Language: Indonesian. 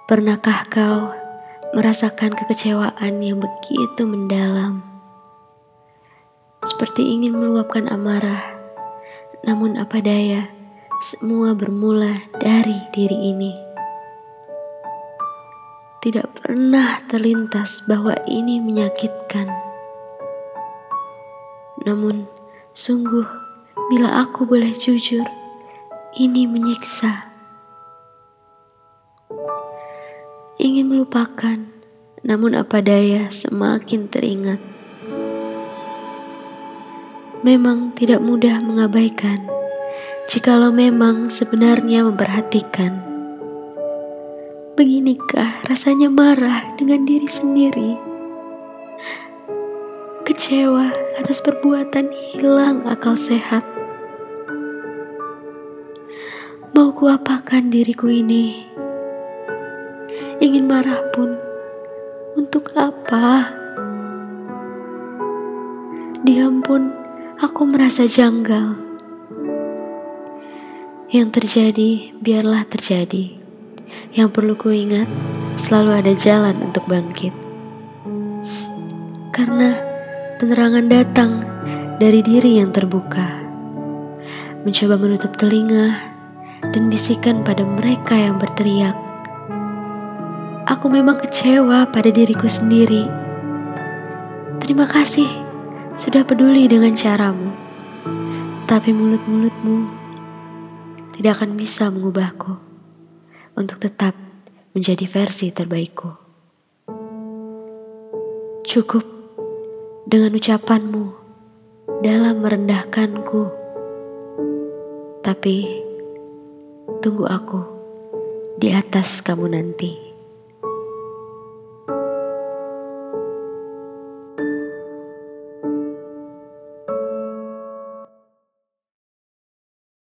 Pernahkah kau merasakan kekecewaan yang begitu mendalam? Seperti ingin meluapkan amarah, namun apa daya, semua bermula dari diri ini. Tidak pernah terlintas bahwa ini menyakitkan. Namun, sungguh, bila aku boleh jujur, ini menyiksa. Ingin melupakan, namun apa daya semakin teringat. Memang tidak mudah mengabaikan, jikalau memang sebenarnya memperhatikan. Beginikah rasanya marah dengan diri sendiri? Kecewa atas perbuatan hilang akal sehat. Mau kuapakan diriku ini? Ingin marah pun, untuk apa? Diam pun, aku merasa janggal. Yang terjadi, biarlah terjadi. Yang perlu kuingat, selalu ada jalan untuk bangkit. Karena penerangan datang dari diri yang terbuka. Mencoba menutup telinga dan bisikan pada mereka yang berteriak. Aku memang kecewa pada diriku sendiri. Terima kasih sudah peduli dengan caramu. Tapi mulut-mulutmu tidak akan bisa mengubahku untuk tetap menjadi versi terbaikku. Cukup dengan ucapanmu dalam merendahkanku. Tapi tunggu aku di atas kamu nanti.